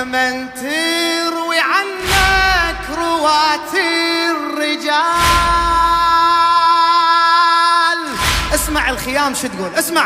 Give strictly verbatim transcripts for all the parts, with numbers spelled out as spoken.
يا من تروي عنك رواة الرجال. اسمع الخيام شو تقول، اسمع.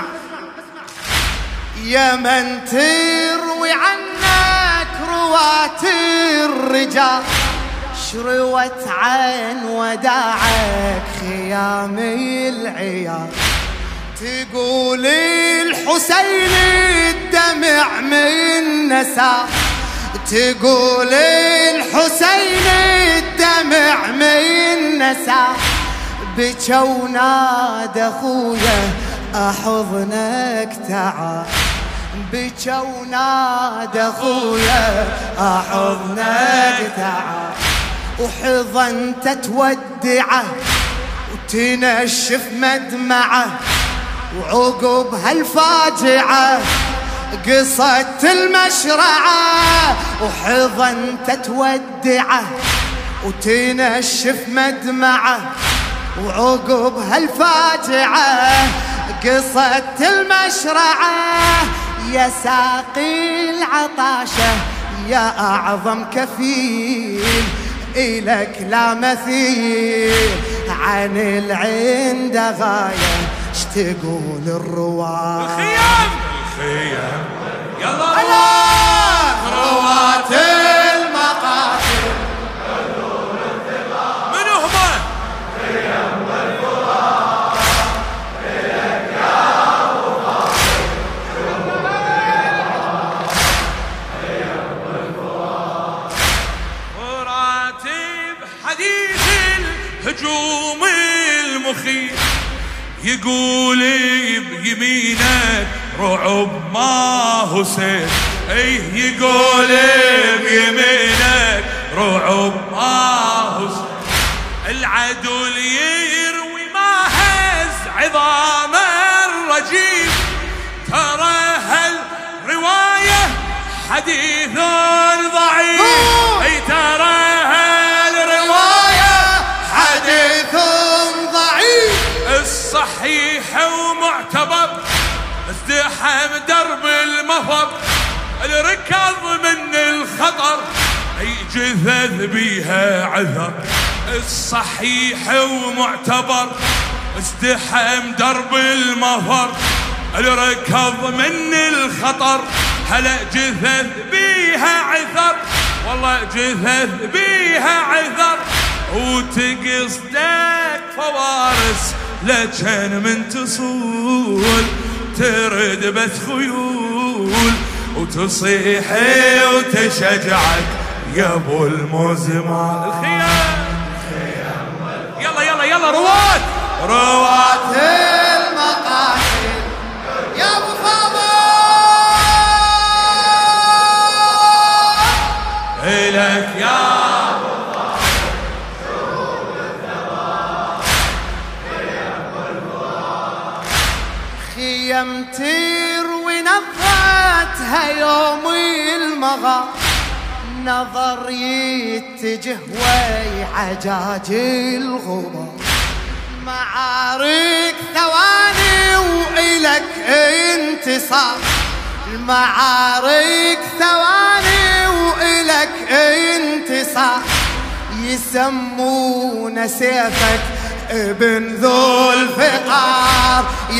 يا من تروي عنك رواة الرجال، شروت عن وداعك خيام العيال. تقول الحسين الدمع من نسى، تقول الحسين الدمع من نسى. بكى ونادى اخويا احضنك تعال، بكى ونادى اخويا احضنك تعال. وحضنت تودعه وتنشف مدمعه، وعقب هالفاجعة قصة المشرعة. وحضنت تودعه وتنشف مدمعه، وعقب هالفاجعة قصة المشرعة. يا ساقي العطاشة يا أعظم كفيل، إلك لا مثيل عن العند غاية. تقول الرواة الخيام الخيام يلا الله رواة المقاتل حلول الثقة. من هما؟ الخيام والفرات إلك يا أبو فاضل. الخيام والفرات وراتب حديث الهجوم المخيف. يقول بيمينك رعب ما هو سيف، ايه يقول بيمينك رعب ما هو سيف. العدو يروي ما هز عظام الرجيم، ترى هالرواية حديث ضعيف. اي ترى هالرواية حديث ضعيف، الصحيح ومعتبر ازدحام درب المفر. الركض من الخطر اي جثث بيها عذر. الصحيح ومعتبر ازدحام درب المفر. الركض من الخطر هلا جثث بيها عذر، والله جثث بيها عذر. وتقصدك فوارس لجن من تصول، ترد بث خيول وتصيحي وتشجعك يا ابو المزمان. الخيام يلا يلا يلا رواد رواة المقاتل يا ابو فاضل. إلك يا خيم تروي نظرتها يوم المغى، نظر يتجه وي عجاج الغبار. معارك ثواني وإلك انتصار، المعارك ثواني وإلك انتصار. يسمون سيفك ابن ذو الفقار،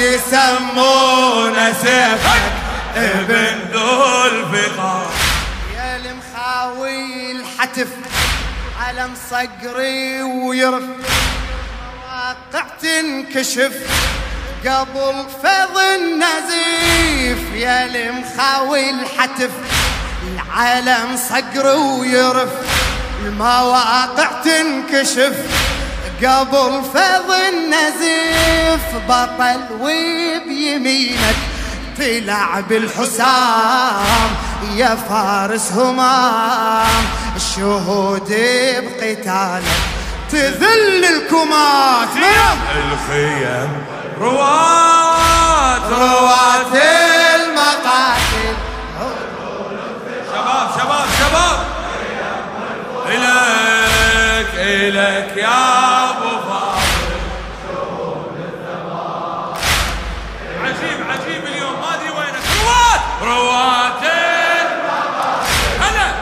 يسمون سيفك ابن ذو الفقار. يا المخاوي الحتف على مصقري ويرف، مواقع تنكشف قبل فض النزيف. يا المخاوي الحتف العالم صقر ويرف، المواقع تنكشف قبل فض النزيف. بطل وبيمينك تلعب الحسام يا فارس همام. الشهود بقتالك تذل الكمات. الخيام رواد رواد المقاتل. شباب شباب شباب إلك إلك يا أبو فاضل. عجيب عجيب اليوم ما أدري وينك. رواد رواد هلا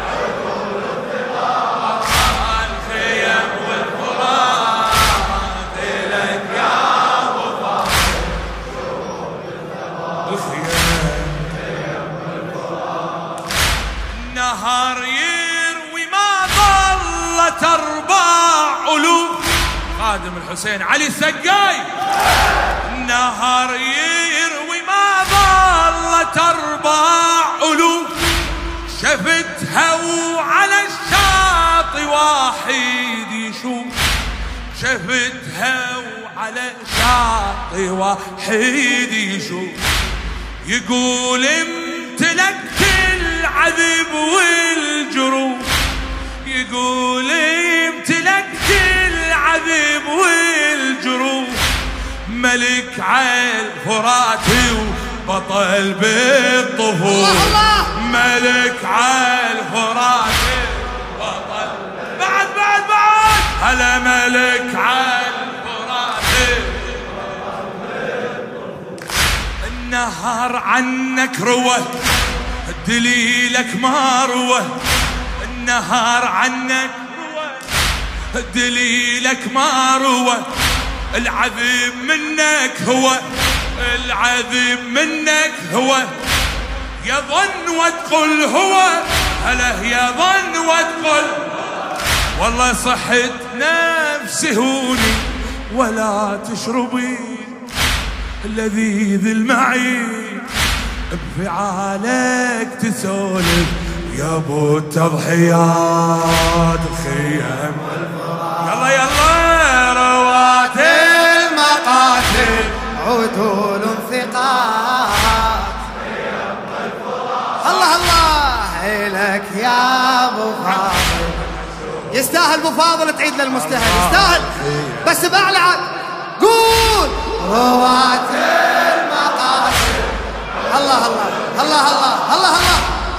الخيام. النهار يروي ما ظلت أرباع ألوف. خادم الحسين علي السقاي. النهار يروي ما ظلت أرباع ألوف. شفتها وعلى الشاطئ واحد يشوف. شفتها وعلى الشاطئ واحد يشوف. يقول امتلكت العذب والجروح. يقول امتلكت العذب والجروح. ملك عالفرات وبطل بالطفول. ملك عالفرات وبطل. بعد بعد بعد هلا ملك عالفرات. النهار عنك روى دليلك ما روى. النهار عنك روى دليلك ما روى. العذب منك هو. العذب منك هو. يظن وتقول هو. هلا يظن وتقول. والله صحت نفسي هوني ولا تشربي لذيذ المعين. بفعالك تسولف يا ابو التضحيات. الخيام يلا يلا روات المقاتل عدول ثقات. الله الله لك يا ابو فاضل. يستاهل ابو فاضل تعيد للمستهل. يستاهل بس باعلى عاد. قول روات المقاتل. الله الله الله الله الله الله.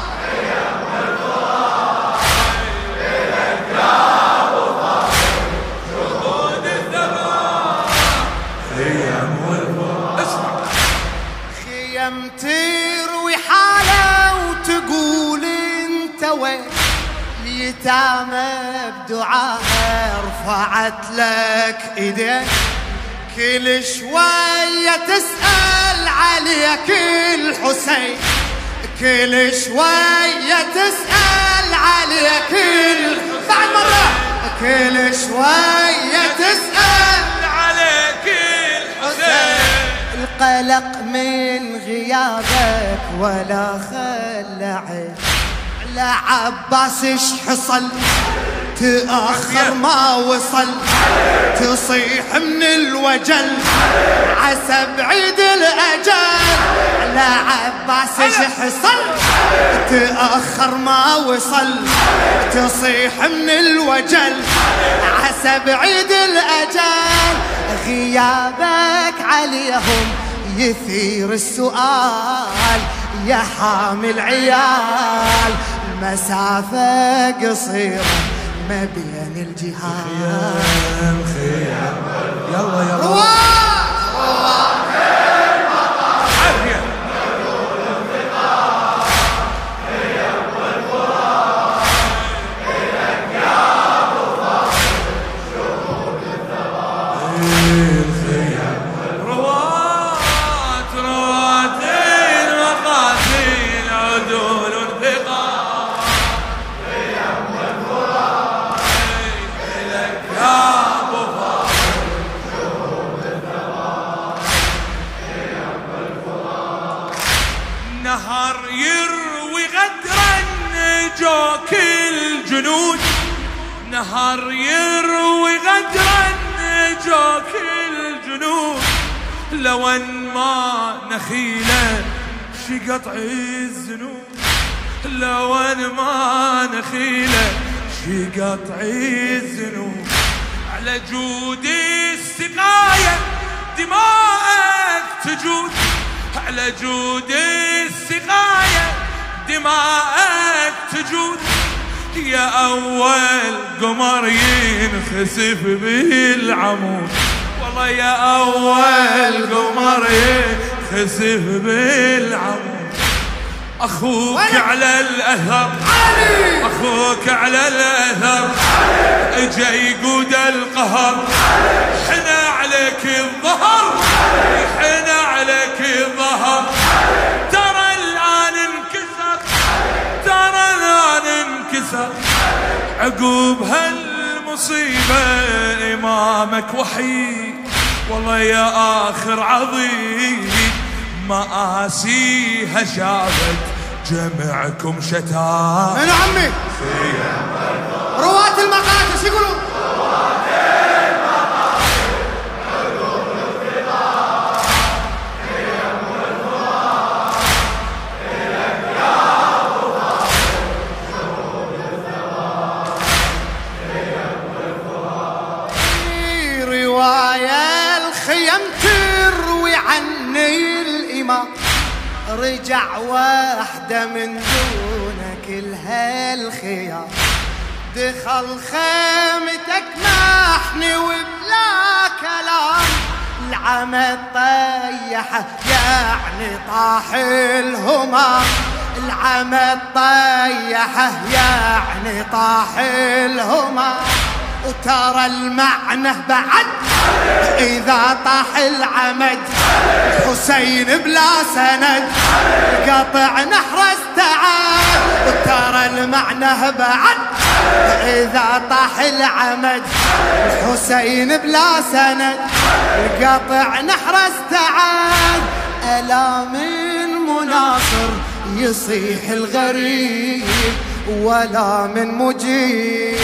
خيم تروي حالة وتقول انت وين. اليتامى بدعاها رفعت لك ايدين. كل شوية تسأل عليك الحسين. كل شوية تسأل عليك الحسين. بعد مرة كل شوية تسأل عليك الحسين. القلق من غيابك ولا خلى عين. على عباس ايش حصل تأخر ما وصل. تصيح من الوجل عسى بعيد الأجل. على عباس ايش حصل تأخر ما وصل. تصيح من الوجل عسى بعيد الأجل. غيابك عليهم يثير السؤال. يا حامل عيال المسافة قصيرة ما بين الجهات. خيام خيام يلا يلا. رواد رواد نهر يروي غدرا جوك الجنود. نهر يروي غدرا جوك الجنود. لو ان ما نخيله شي قطع الزنود. لو ان ما نخيله شي قطع الزنود. على جود السقاية دماءك تجود. على جود السقاية دماءك تجود. يا أول قمر ينخسف بالعمود. والله يا أول قمر ينخسف بالعمود. أخوك على الأثر. أخوك على الأثر اجا يقود القهر. حنا عليك الظهر. حنا عليك الظهر. عقب هالمصيبة إمامك وحيد والله يا آخر عظيم مآسيها شافت جمعكم شتات. من عمي رواة المقاتل شو يقولون؟ رواية الخيم تروي عني الإمام رجع واحدة من دون كل هالخيام دخل خيمتك محني وبلا كلام العمى طيحه يعني طاح الهمام العمى طيحه يعني طاح الهمام وترى المعنى بعد إذا طاح العمد حسين بلا سند قطع نحر استعاد وترى المعنى بعد إذا طاح العمد حسين بلا سند قطع نحر استعاد ألا من مناصر يصيح الغريب ولا من مجيب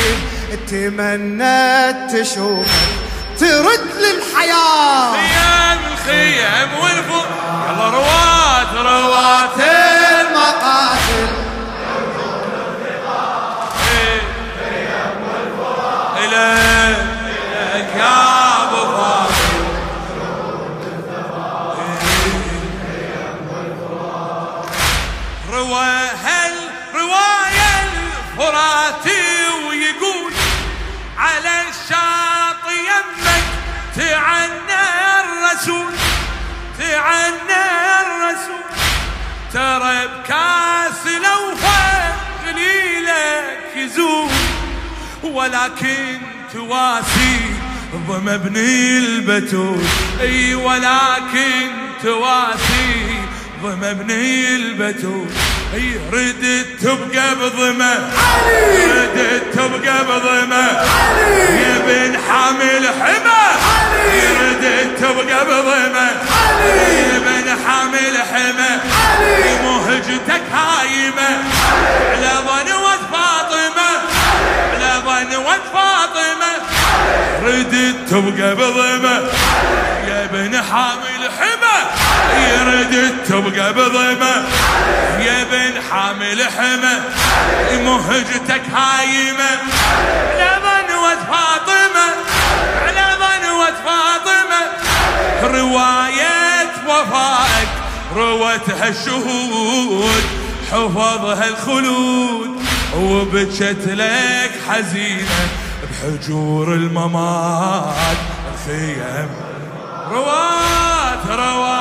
تمنيت تشوفك ترد للحياة. خيام الخيام والفوق يلا روات روات المقاتل خيام والفوق إليك يا أبو فاضل روى هالرواية الفراتي ويقول على الشاطئ يمك تعنى الرسول تعنى الرسول ترى بكاس الأوفى غليلك يزول ولكن تواسي ضم ابني البتول اي ولكن تواسي ضم ابني البتول اي ردت تبقى بضمه ردت تبقى بضمه يا بن حامل حمى ردت تبقى بضمه يا بن حامل حمى مهجتك هايمه على ظنوة فاطمه على ظنوة فاطمه ردت تبقى بضمه يا بن حامل حمى ردت تبقى بضمه يا بن حامل حمى مهجتك هايمه على ظنوة فاطمه على ظنوة فاطمه رواية وفائك روتها الشهود حفظها الخلود وبكت لك حزينه بحجور الممات الخيم روات روات